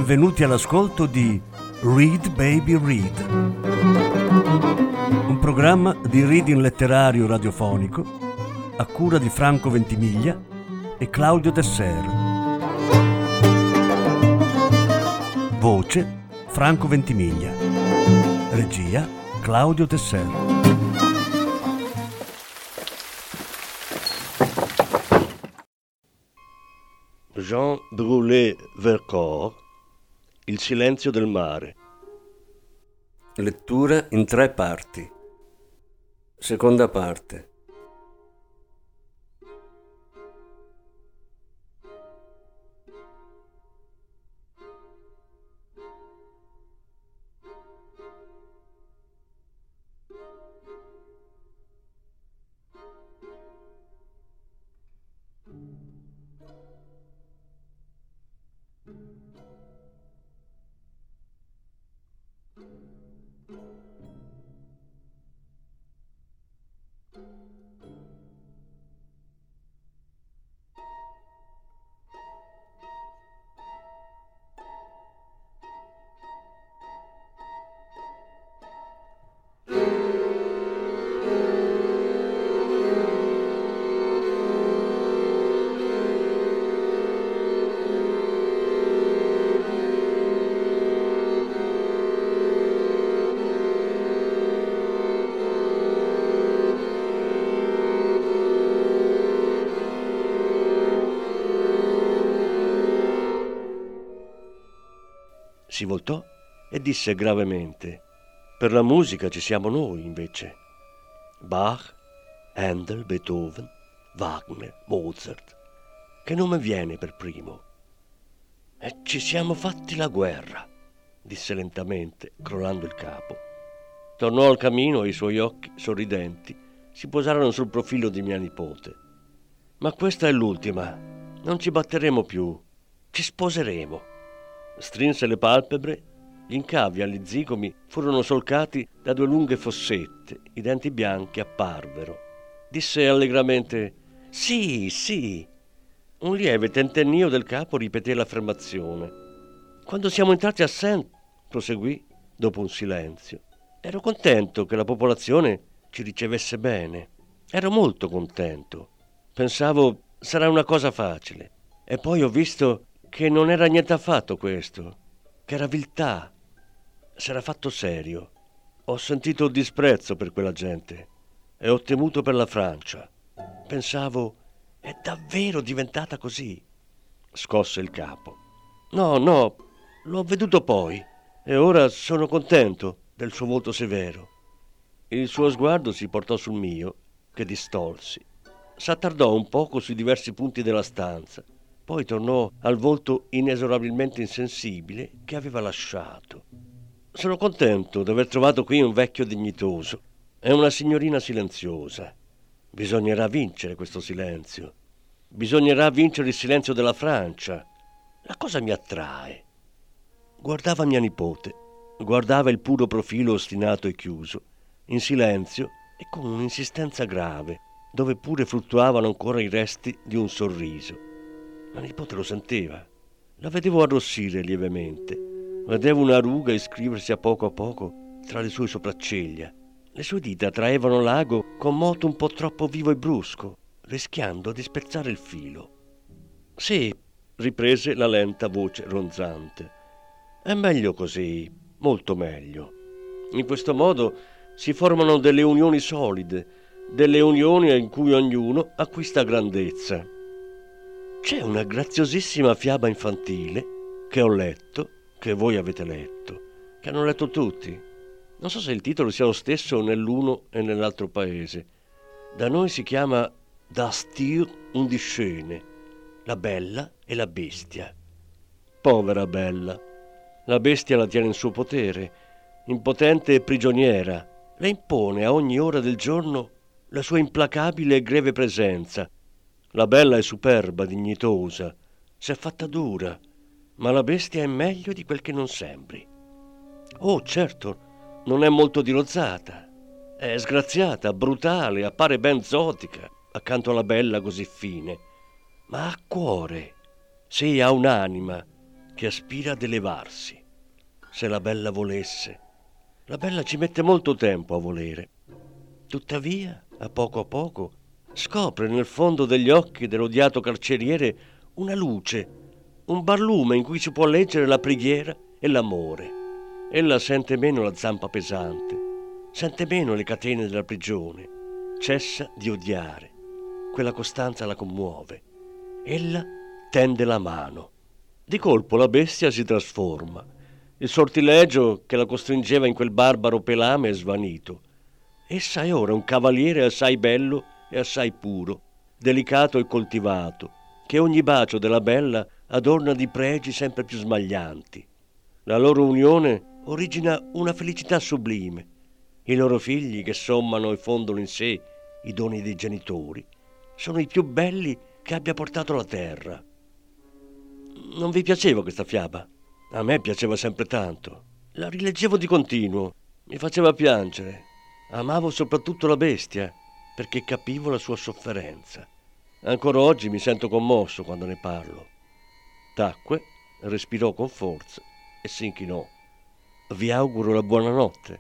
Benvenuti all'ascolto di Read Baby Read, un programma di reading letterario radiofonico a cura di Franco Ventimiglia e Claudio Desser. Voce Franco Ventimiglia. Regia Claudio Desser. Jean Brulé-Vercors, Il silenzio del mare. Lettura in 3 parti. Seconda parte. Si voltò e disse gravemente: per la musica ci siamo noi, invece. Bach, Handel, Beethoven, Wagner, Mozart. Che nome viene per primo? E ci siamo fatti la guerra, disse lentamente, crollando il capo. Tornò al camino e i suoi occhi, sorridenti, si posarono sul profilo di mia nipote. Ma questa è l'ultima. Non ci batteremo più. Ci sposeremo. Strinse le palpebre, gli incavi agli zigomi furono solcati da 2 lunghe fossette, i denti bianchi apparvero. Disse allegramente: sì, sì. Un lieve tentennio del capo ripeté l'affermazione. Quando siamo entrati a Saint, proseguì, dopo un silenzio, ero contento che la popolazione ci ricevesse bene. Ero molto contento. Pensavo sarà una cosa facile. E poi ho visto che non era niente affatto questo, che era viltà. S'era fatto serio. Ho sentito disprezzo per quella gente e ho temuto per la Francia. Pensavo, è davvero diventata così? Scosse il capo. No, l'ho veduto poi e ora sono contento del suo volto severo. Il suo sguardo si portò sul mio, che distolsi. S'attardò un poco sui diversi punti della stanza. Poi tornò al volto inesorabilmente insensibile che aveva lasciato. Sono contento d'aver trovato qui un vecchio dignitoso e una signorina silenziosa. Bisognerà vincere questo silenzio. Bisognerà vincere il silenzio della Francia. La cosa mi attrae. Guardava mia nipote, guardava il puro profilo ostinato e chiuso, in silenzio e con un'insistenza grave, dove pure fluttuavano ancora i resti di un sorriso. La nipote lo sentiva. La vedevo arrossire lievemente. Vedevo una ruga iscriversi a poco tra le sue sopracciglia. Le sue dita traevano l'ago con moto un po' troppo vivo e brusco, rischiando di spezzare il filo. Sì, riprese la lenta voce ronzante. È meglio così, molto meglio. In questo modo si formano delle unioni solide, delle unioni in cui ognuno acquista grandezza. C'è una graziosissima fiaba infantile che ho letto, che voi avete letto, che hanno letto tutti. Non so se il titolo sia lo stesso nell'uno e nell'altro paese. Da noi si chiama Das Tier und die Schöne, la bella e la bestia. Povera bella. La bestia la tiene in suo potere, impotente e prigioniera. Le impone a ogni ora del giorno la sua implacabile e greve presenza. La bella è superba, dignitosa, s'è fatta dura, ma la bestia è meglio di quel che non sembri. Oh, certo, non è molto dirozzata, è sgraziata, brutale, appare ben zotica accanto alla bella così fine, ma ha cuore, sì, ha un'anima che aspira ad elevarsi. Se la bella volesse, la bella ci mette molto tempo a volere. Tuttavia, a poco, scopre nel fondo degli occhi dell'odiato carceriere una luce, un barlume in cui si può leggere la preghiera e l'amore. Ella sente meno la zampa pesante, sente meno le catene della prigione, cessa di odiare. Quella costanza la commuove. Ella tende la mano. Di colpo la bestia si trasforma. Il sortilegio che la costringeva in quel barbaro pelame è svanito. Essa è ora un cavaliere assai bello e assai puro, delicato e coltivato, che ogni bacio della bella adorna di pregi sempre più smaglianti. La loro unione origina una felicità sublime. I loro figli, che sommano e fondono in sé i doni dei genitori, sono i più belli che abbia portato la terra. Non vi piaceva questa fiaba? A me piaceva sempre tanto. La rileggevo di continuo, mi faceva piangere. Amavo soprattutto la bestia, perché capivo la sua sofferenza. Ancora oggi mi sento commosso quando ne parlo. Tacque, respirò con forza e si inchinò. Vi auguro la buonanotte.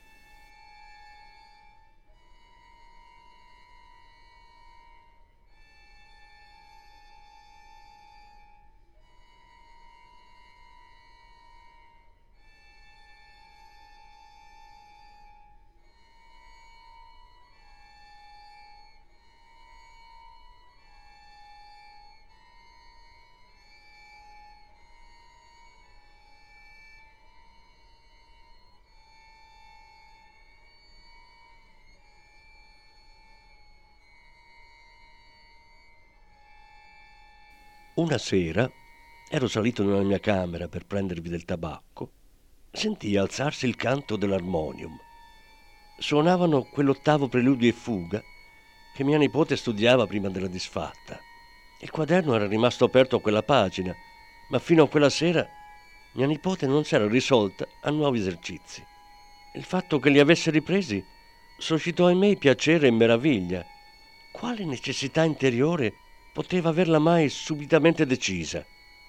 Una sera ero salito nella mia camera per prendervi del tabacco. Sentii alzarsi il canto dell'armonium. Suonavano quell'ottavo preludio e fuga che mia nipote studiava prima della disfatta. Il quaderno era rimasto aperto a quella pagina, ma fino a quella sera mia nipote non s'era risolta a nuovi esercizi. Il fatto che li avesse ripresi suscitò in me piacere e meraviglia. Quale necessità interiore poteva averla mai subitamente decisa?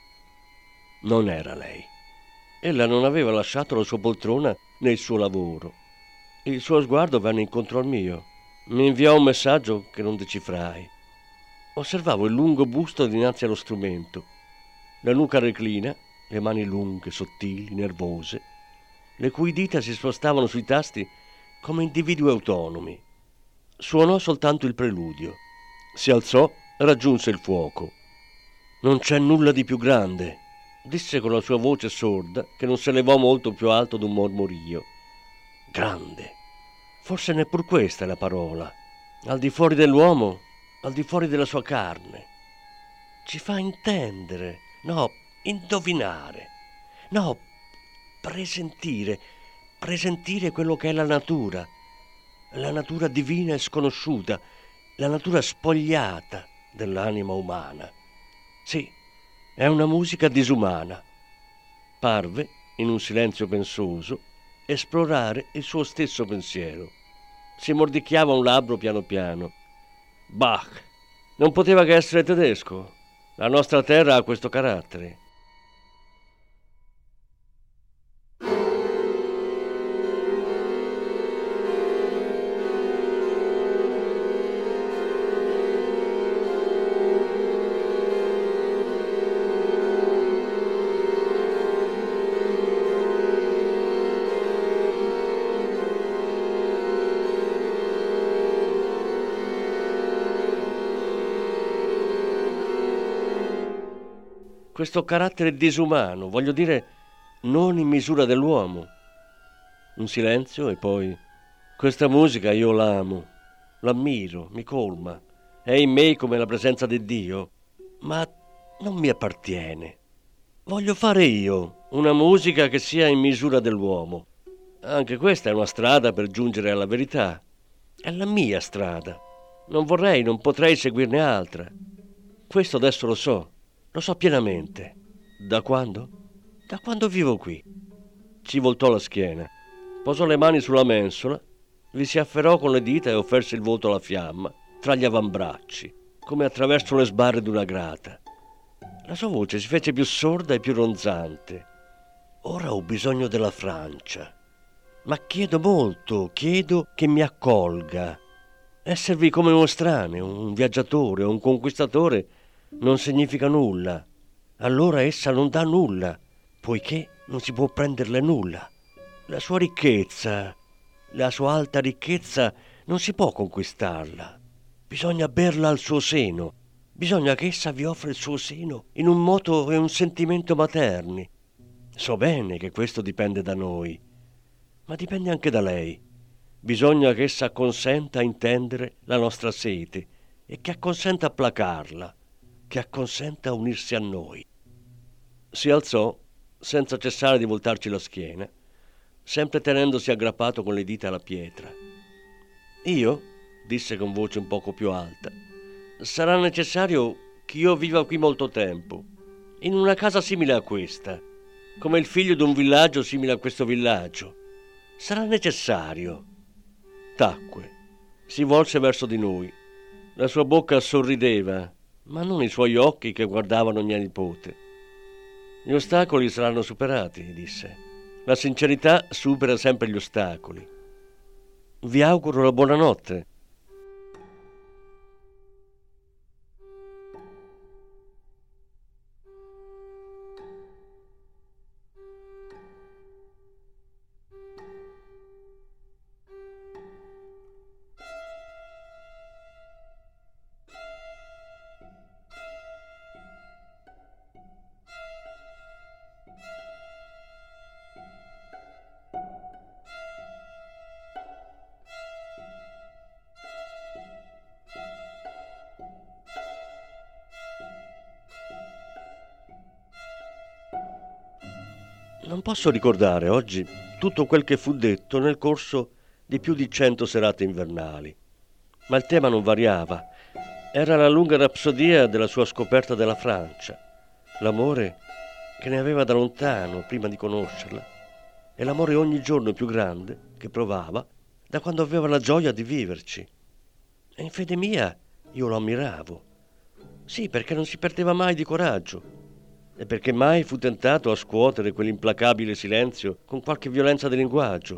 Non era lei. Ella non aveva lasciato la sua poltrona né il suo lavoro. Il suo sguardo venne incontro al mio. Mi inviò un messaggio che non decifrai. Osservavo il lungo busto dinanzi allo strumento, la nuca reclina, le mani lunghe, sottili, nervose, le cui dita si spostavano sui tasti come individui autonomi. Suonò soltanto il preludio. Si alzò, raggiunse il fuoco. «Non c'è nulla di più grande», disse con la sua voce sorda, che non si elevò molto più alto d'un mormorio. «Grande. Forse neppur questa è la parola. Al di fuori dell'uomo, al di fuori della sua carne. Ci fa intendere, no, indovinare, no, presentire quello che è la natura divina e sconosciuta, la natura spogliata dell'anima umana. Sì, è una musica disumana». Parve, in un silenzio pensoso, esplorare il suo stesso pensiero. Si mordicchiava un labbro piano piano. Bach non poteva che essere tedesco. La nostra terra ha questo carattere. Questo carattere disumano, voglio dire, non in misura dell'uomo. Un silenzio e poi: «Questa musica io l'amo, l'ammiro, mi colma, è in me come la presenza di Dio, ma non mi appartiene. Voglio fare io una musica che sia in misura dell'uomo. Anche questa è una strada per giungere alla verità. È la mia strada. Non potrei seguirne altra. Questo adesso lo so pienamente. Da quando? Da quando vivo qui». Ci voltò la schiena, posò le mani sulla mensola, vi si afferrò con le dita e offerse il volto alla fiamma tra gli avambracci, come attraverso le sbarre d'una grata. La sua voce si fece più sorda e più ronzante. Ora ho bisogno della Francia, ma chiedo molto, chiedo che mi accolga. Esservi come uno estraneo, un viaggiatore o un conquistatore non significa nulla. Allora essa non dà nulla, poiché non si può prenderle nulla. La sua ricchezza, la sua alta ricchezza non si può conquistarla. Bisogna berla al suo seno. Bisogna che essa vi offra il suo seno in un moto e un sentimento materni. So bene che questo dipende da noi, ma dipende anche da lei. Bisogna che essa acconsenta a intendere la nostra sete e che acconsenta a placarla, che acconsenta a unirsi a noi. Si alzò senza cessare di voltarci la schiena, sempre tenendosi aggrappato con le dita alla pietra. Io, disse con voce un poco più alta, sarà necessario che io viva qui molto tempo, in una casa simile a questa, come il figlio di un villaggio simile a questo villaggio. Sarà necessario. Tacque, si volse verso di noi. La sua bocca sorrideva, ma non i suoi occhi che guardavano mia nipote. Gli ostacoli saranno superati, disse. La sincerità supera sempre gli ostacoli. Vi auguro la buonanotte. Non posso ricordare oggi tutto quel che fu detto nel corso di più di 100 serate invernali, ma il tema non variava. Era la lunga rapsodia della sua scoperta della Francia, l'amore che ne aveva da lontano prima di conoscerla e l'amore ogni giorno più grande che provava da quando aveva la gioia di viverci. E in fede mia io lo ammiravo. Sì, perché non si perdeva mai di coraggio e perché mai fu tentato a scuotere quell'implacabile silenzio con qualche violenza di linguaggio.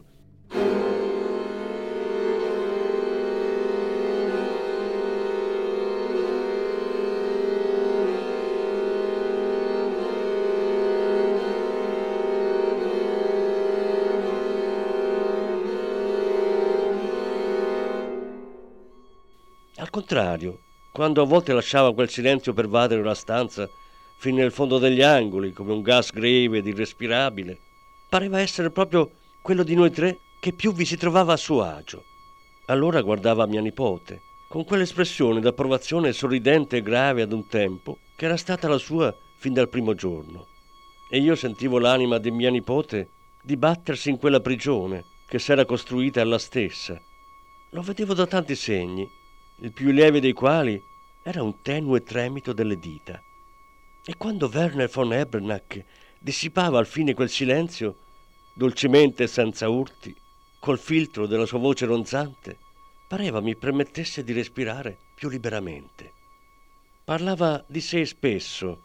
Al contrario, quando a volte lasciava quel silenzio pervadere la stanza fino nel fondo degli angoli come un gas greve ed irrespirabile, pareva essere proprio quello di noi tre che più vi si trovava a suo agio. Allora guardava mia nipote con quell'espressione d'approvazione sorridente e grave ad un tempo che era stata la sua fin dal primo giorno, e io sentivo l'anima di mia nipote dibattersi in quella prigione che s'era costruita ella stessa. Lo vedevo da tanti segni, il più lieve dei quali era un tenue tremito delle dita. E quando Werner von Ebernack dissipava al fine quel silenzio, dolcemente e senza urti, col filtro della sua voce ronzante, pareva mi permettesse di respirare più liberamente. Parlava di sé spesso.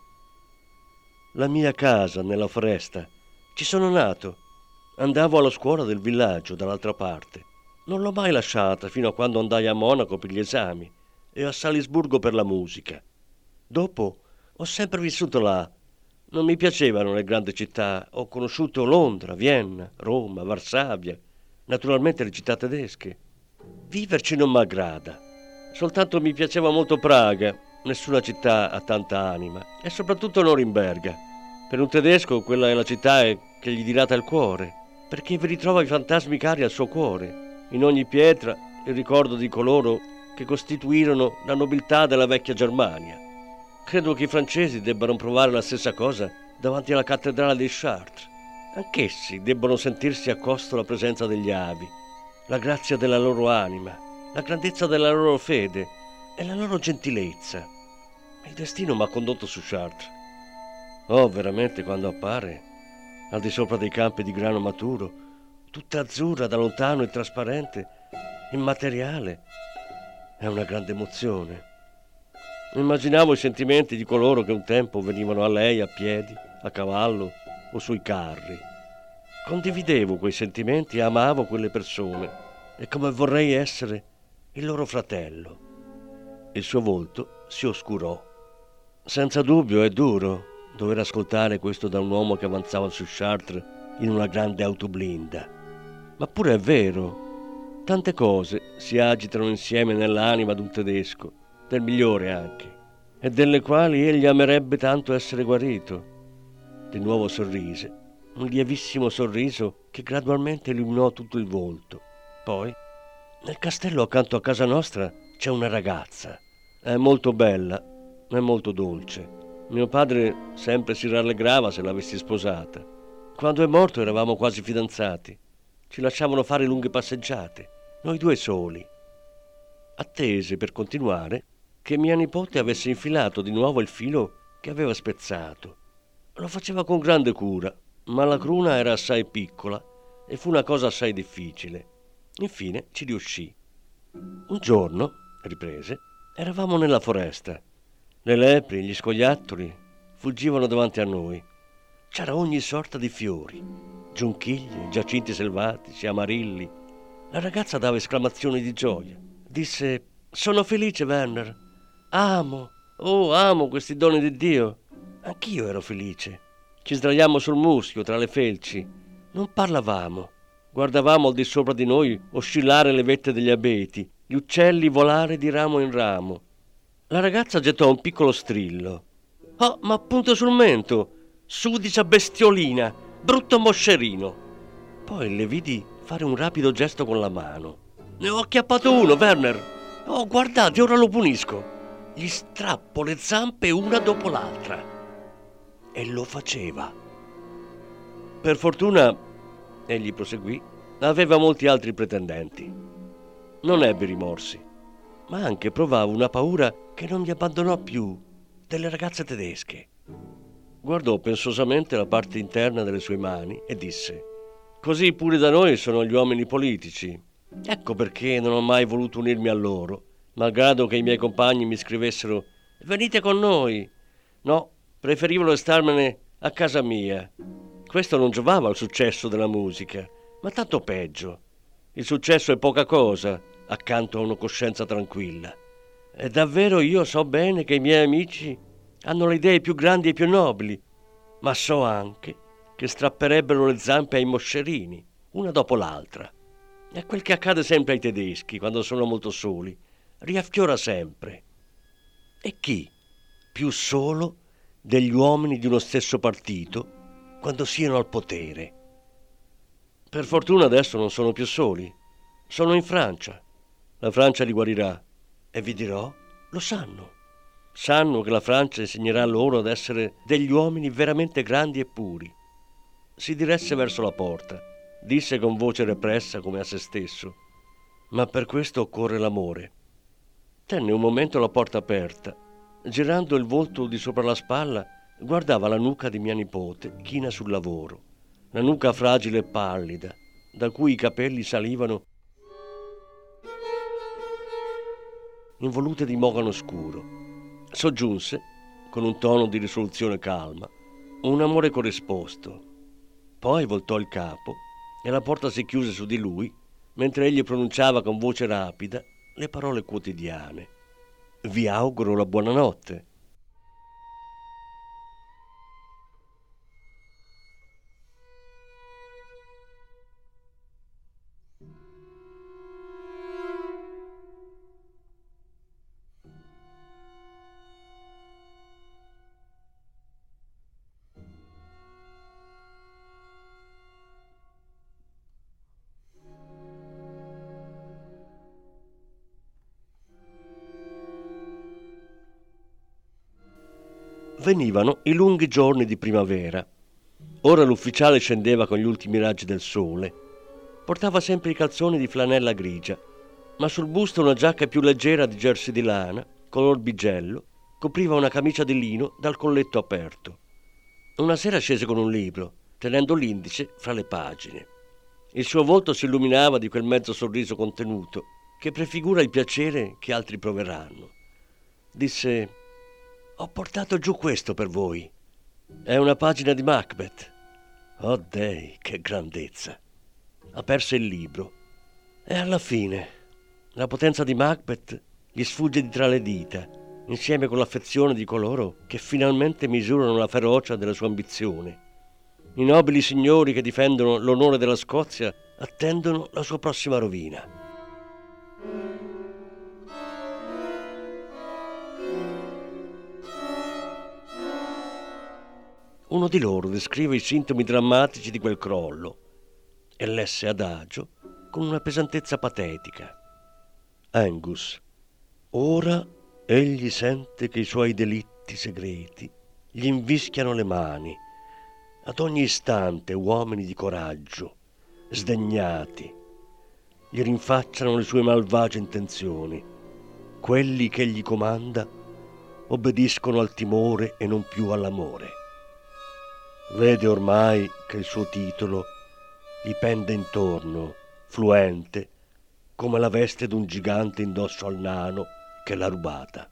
La mia casa nella foresta. Ci sono nato. Andavo alla scuola del villaggio dall'altra parte. Non l'ho mai lasciata fino a quando andai a Monaco per gli esami e a Salisburgo per la musica. Dopo ho sempre vissuto là. Non mi piacevano le grandi città. Ho conosciuto Londra, Vienna, Roma, Varsavia, naturalmente le città tedesche. Viverci non m'aggrada. Soltanto mi piaceva molto Praga. Nessuna città ha tanta anima. E soprattutto Norimberga. Per un tedesco quella è la città che gli dilata il cuore, perché vi ritrova i fantasmi cari al suo cuore. In ogni pietra il ricordo di coloro che costituirono la nobiltà della vecchia Germania. Credo che i francesi debbano provare la stessa cosa davanti alla cattedrale di Chartres. Anch'essi debbono sentirsi a costo la presenza degli avi, la grazia della loro anima, la grandezza della loro fede e la loro gentilezza. Il destino m'ha condotto su Chartres. Oh, veramente quando appare, al di sopra dei campi di grano maturo, tutta azzurra da lontano e trasparente, immateriale, è una grande emozione. Immaginavo i sentimenti di coloro che un tempo venivano a lei a piedi, a cavallo o sui carri. Condividevo quei sentimenti e amavo quelle persone, e come vorrei essere il loro fratello. Il suo volto si oscurò. Senza dubbio è duro dover ascoltare questo da un uomo che avanzava su Chartres in una grande auto blinda. Ma pure è vero. Tante cose si agitano insieme nell'anima d'un tedesco, del migliore anche, e delle quali egli amerebbe tanto essere guarito. Di nuovo sorrise, un lievissimo sorriso che gradualmente illuminò tutto il volto. Poi, nel castello accanto a casa nostra c'è una ragazza. È molto bella, è molto dolce. Mio padre sempre si rallegrava se l'avessi sposata. Quando è morto eravamo quasi fidanzati. Ci lasciavano fare lunghe passeggiate, noi due soli. Attese per continuare che mia nipote avesse infilato di nuovo il filo che aveva spezzato. Lo faceva con grande cura, ma la cruna era assai piccola e fu una cosa assai difficile. Infine ci riuscì. Un giorno, riprese, eravamo nella foresta. Le lepri, gli scoiattoli fuggivano davanti a noi. C'era ogni sorta di fiori, giunchiglie, giacinti selvatici, amarilli. La ragazza dava esclamazioni di gioia. Disse: «Sono felice, Werner. Amo questi doni di Dio». Anch'io ero felice. Ci sdraiammo sul muschio tra le felci. Non parlavamo. Guardavamo al di sopra di noi oscillare le vette degli abeti, gli uccelli volare di ramo in ramo. La ragazza gettò un piccolo strillo. «Oh, ma appunto sul mento! Sudicia bestiolina! Brutto moscerino!» Poi le vidi fare un rapido gesto con la mano. «Ne ho acchiappato uno, Werner! Oh, guardate, ora lo punisco! Gli strappo le zampe una dopo l'altra!» E lo faceva. Per fortuna, egli proseguì, aveva molti altri pretendenti. Non ebbi rimorsi, ma anche provavo una paura che non mi abbandonò più delle ragazze tedesche. Guardò pensosamente la parte interna delle sue mani e disse: «Così pure da noi sono gli uomini politici. Ecco perché non ho mai voluto unirmi a loro, malgrado che i miei compagni mi scrivessero: venite con noi. No, preferivo restarmene a casa mia. Questo non giovava al successo della musica, ma tanto peggio. Il successo è poca cosa accanto a una coscienza tranquilla. E davvero io so bene che i miei amici hanno le idee più grandi e più nobili, ma so anche che strapperebbero le zampe ai moscerini, una dopo l'altra. È quel che accade sempre ai tedeschi quando sono molto soli. Riaffiora sempre. E chi, più solo degli uomini di uno stesso partito, quando siano al potere? Per fortuna adesso non sono più soli. Sono in Francia. La Francia li guarirà. E vi dirò, lo sanno. Sanno che la Francia insegnerà loro ad essere degli uomini veramente grandi e puri. Si diresse verso la porta. Disse con voce repressa come a se stesso: «Ma per questo occorre l'amore». Tenne un momento la porta aperta. Girando il volto di sopra la spalla, guardava la nuca di mia nipote, china sul lavoro. La nuca fragile e pallida, da cui i capelli salivano in volute di mogano scuro. Soggiunse, con un tono di risoluzione calma: «Un amore corrisposto». Poi voltò il capo e la porta si chiuse su di lui, mentre egli pronunciava con voce rapida le parole quotidiane: «Vi auguro la buonanotte». Venivano i lunghi giorni di primavera. Ora l'ufficiale scendeva con gli ultimi raggi del sole. Portava sempre i calzoni di flanella grigia, ma sul busto una giacca più leggera di jersey di lana, color bigello, copriva una camicia di lino dal colletto aperto. Una sera scese con un libro, tenendo l'indice fra le pagine. Il suo volto si illuminava di quel mezzo sorriso contenuto che prefigura il piacere che altri proveranno. Disse: Ho portato giù questo per voi. È una pagina di Macbeth. Oh dei, che grandezza! Aperse il libro e alla fine la potenza di Macbeth gli sfugge di tra le dita, insieme con l'affezione di coloro che finalmente misurano la ferocia della sua ambizione. I nobili signori che difendono l'onore della Scozia attendono la sua prossima rovina. Uno di loro descrive i sintomi drammatici di quel crollo e lesse adagio con una pesantezza patetica. Angus, ora egli sente che i suoi delitti segreti gli invischiano le mani. Ad ogni istante uomini di coraggio, sdegnati, gli rinfacciano le sue malvagie intenzioni. Quelli che egli comanda obbediscono al timore e non più all'amore. Vede ormai che il suo titolo gli pende intorno, fluente, come la veste d'un gigante indosso al nano che l'ha rubata.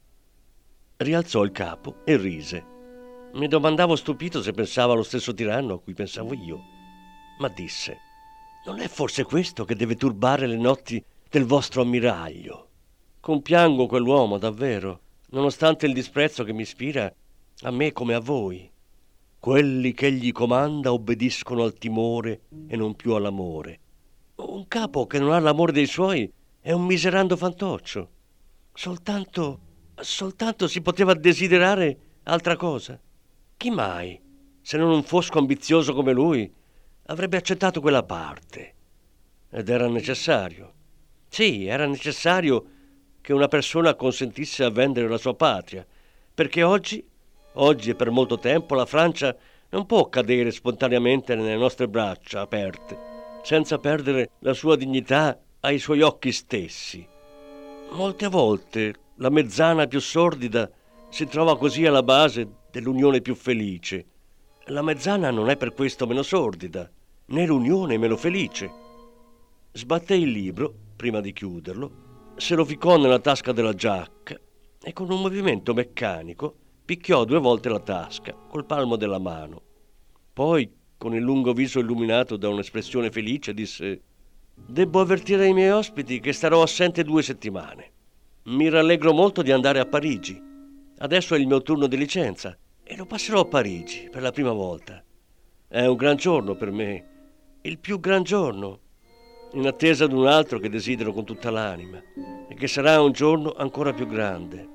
Rialzò il capo e rise. Mi domandavo stupito se pensava allo stesso tiranno a cui pensavo io, ma disse: non è forse questo che deve turbare le notti del vostro ammiraglio? Compiango quell'uomo davvero, nonostante il disprezzo che mi ispira a me come a voi. Quelli che egli comanda obbediscono al timore e non più all'amore. Un capo che non ha l'amore dei suoi è un miserando fantoccio. Soltanto si poteva desiderare altra cosa. Chi mai, se non un fosco ambizioso come lui, avrebbe accettato quella parte? Ed era necessario. Sì, era necessario che una persona consentisse a vendere la sua patria, perché oggi e per molto tempo la Francia non può cadere spontaneamente nelle nostre braccia aperte, senza perdere la sua dignità ai suoi occhi stessi. Molte volte la mezzana più sordida si trova così alla base dell'unione più felice. La mezzana non è per questo meno sordida, né l'unione meno felice. Sbatté il libro, prima di chiuderlo, se lo ficcò nella tasca della giacca e con un movimento meccanico picchiò 2 volte la tasca col palmo della mano. Poi, con il lungo viso illuminato da un'espressione felice, disse: «Debbo avvertire i miei ospiti che starò assente 2 settimane. Mi rallegro molto di andare a Parigi. Adesso è il mio turno di licenza e lo passerò a Parigi per la prima volta. È un gran giorno per me, il più gran giorno, in attesa di un altro che desidero con tutta l'anima e che sarà un giorno ancora più grande».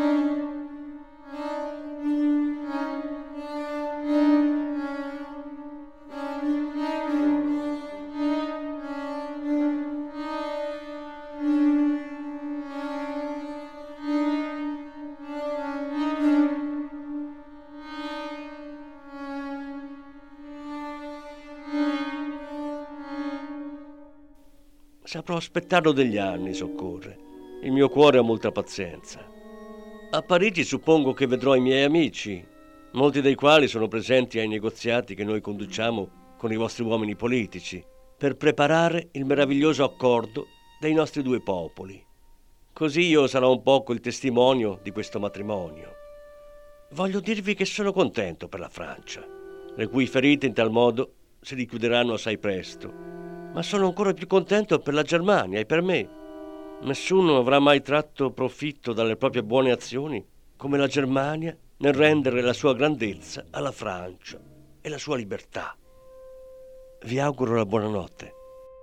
Saprò aspettarlo degli anni, soccorre. Il mio cuore ha molta pazienza. A Parigi suppongo che vedrò i miei amici, molti dei quali sono presenti ai negoziati che noi conduciamo con i vostri uomini politici, per preparare il meraviglioso accordo dei nostri 2 popoli. Così io sarò un poco il testimonio di questo matrimonio. Voglio dirvi che sono contento per la Francia, le cui ferite in tal modo si richiuderanno assai presto. Ma sono ancora più contento per la Germania e per me. Nessuno avrà mai tratto profitto dalle proprie buone azioni come la Germania nel rendere la sua grandezza alla Francia e la sua libertà. Vi auguro la buonanotte.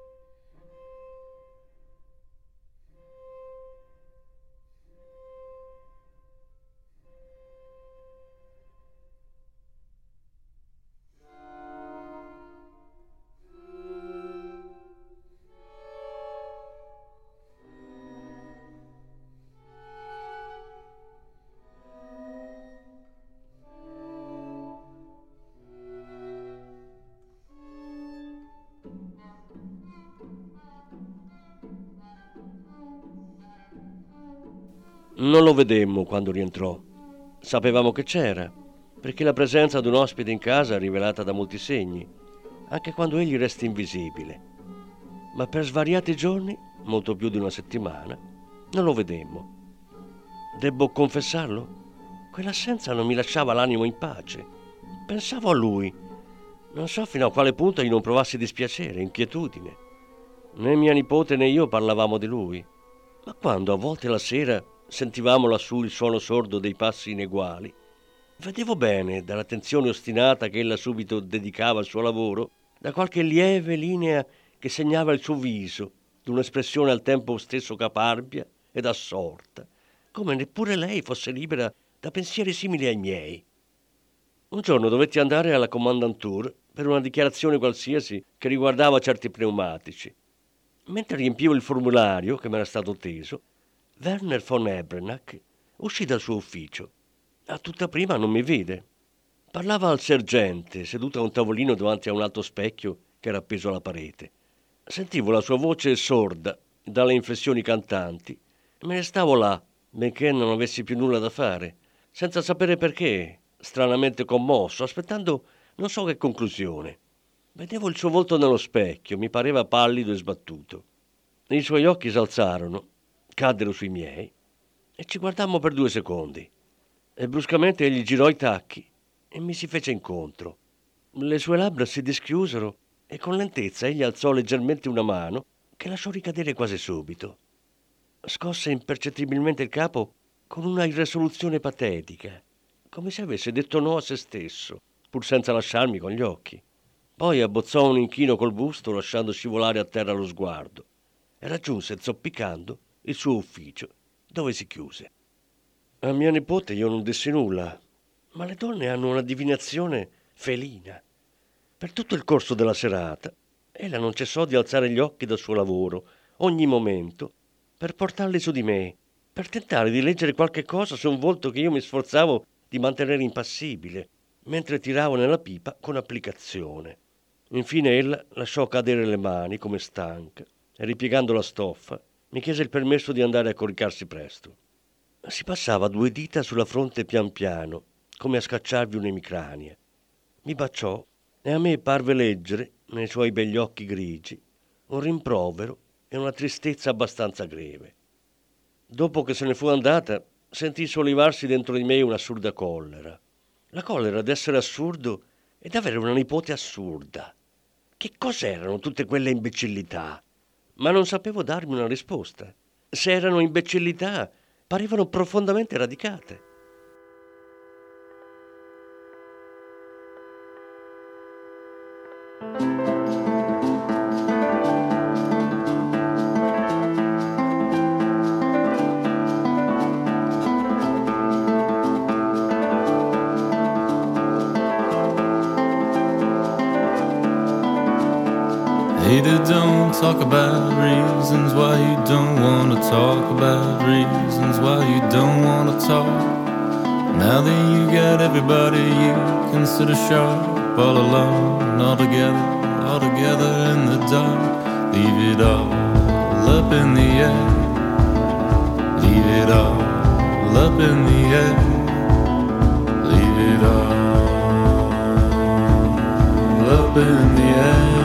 Non lo vedemmo quando rientrò. Sapevamo che c'era, perché la presenza di un ospite in casa è rivelata da molti segni, anche quando egli resta invisibile. Ma per svariati giorni, molto più di una settimana, non lo vedemmo. Debbo confessarlo? Quell'assenza non mi lasciava l'animo in pace. Pensavo a lui. Non so fino a quale punto io non provassi dispiacere, inquietudine. Né mia nipote né io parlavamo di lui. Ma quando a volte la sera sentivamo lassù il suono sordo dei passi ineguali, vedevo bene, dall'attenzione ostinata che ella subito dedicava al suo lavoro, da qualche lieve linea che segnava il suo viso, d'un'espressione al tempo stesso caparbia ed assorta, come neppure lei fosse libera da pensieri simili ai miei. Un giorno dovetti andare alla commandantur per una dichiarazione qualsiasi che riguardava certi pneumatici. Mentre riempivo il formulario che mi era stato teso, Werner von Ebrenach uscì dal suo ufficio. A tutta prima non mi vide. Parlava al sergente, seduto a un tavolino davanti a un alto specchio che era appeso alla parete. Sentivo la sua voce sorda, dalle inflessioni cantanti. Me ne stavo là, benché non avessi più nulla da fare, senza sapere perché, stranamente commosso, aspettando non so che conclusione. Vedevo il suo volto nello specchio, mi pareva pallido e sbattuto. I suoi occhi s'alzarono, caddero sui miei e ci guardammo per 2 secondi. E bruscamente egli girò i tacchi e mi si fece incontro. Le sue labbra si dischiusero e con lentezza egli alzò leggermente una mano che lasciò ricadere quasi subito. Scosse impercettibilmente il capo con una irresoluzione patetica, come se avesse detto no a se stesso, pur senza lasciarmi con gli occhi. Poi abbozzò un inchino col busto, lasciando scivolare a terra lo sguardo, e raggiunse, zoppicando, il suo ufficio, dove si chiuse. A mia nipote io non dissi nulla, ma le donne hanno una divinazione felina. Per tutto il corso della serata, ella non cessò di alzare gli occhi dal suo lavoro, ogni momento, per portarli su di me, per tentare di leggere qualche cosa su un volto che io mi sforzavo di mantenere impassibile, mentre tiravo nella pipa con applicazione. Infine ella lasciò cadere le mani, come stanca, e ripiegando la stoffa, mi chiese il permesso di andare a coricarsi presto. Si passava 2 dita sulla fronte pian piano, come a scacciarvi un'emicrania. Mi baciò e a me parve leggere, nei suoi begli occhi grigi, un rimprovero e una tristezza abbastanza greve. Dopo che se ne fu andata, sentii sollevarsi dentro di me un'assurda collera. La collera d'essere assurdo e d'avere una nipote assurda. Che cos'erano tutte quelle imbecillità? Ma non sapevo darmi una risposta. Se erano imbecillità, parevano profondamente radicate. Hater, don't talk about reasons why you don't wanna talk about reasons why you don't wanna talk. Now that you got everybody you consider sharp, all alone, all together in the dark. Leave it all up in the air. Leave it all up in the air. Leave it all up in the air.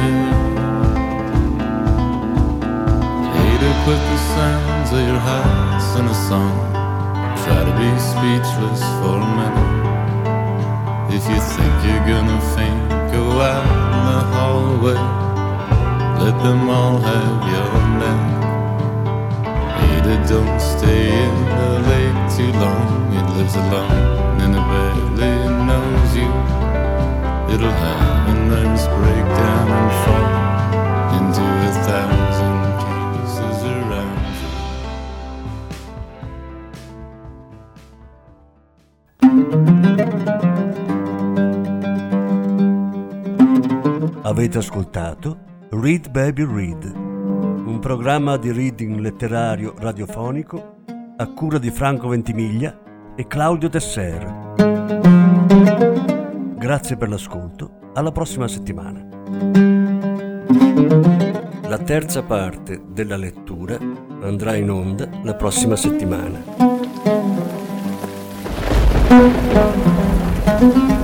Put the sounds of your hearts in a song. Try to be speechless for a minute. If you think you're gonna faint, go out in the hallway. Let them all have your neck. Hater, don't stay in the lake too long. It lives alone and it barely knows you. It'll have a nervous breakdown and fall into 1,000 pieces around you. Avete ascoltato Read Baby Read, un programma di reading letterario radiofonico a cura di Franco Ventimiglia e Claudio Tesser. Grazie per l'ascolto, alla prossima settimana. La terza parte della lettura andrà in onda la prossima settimana.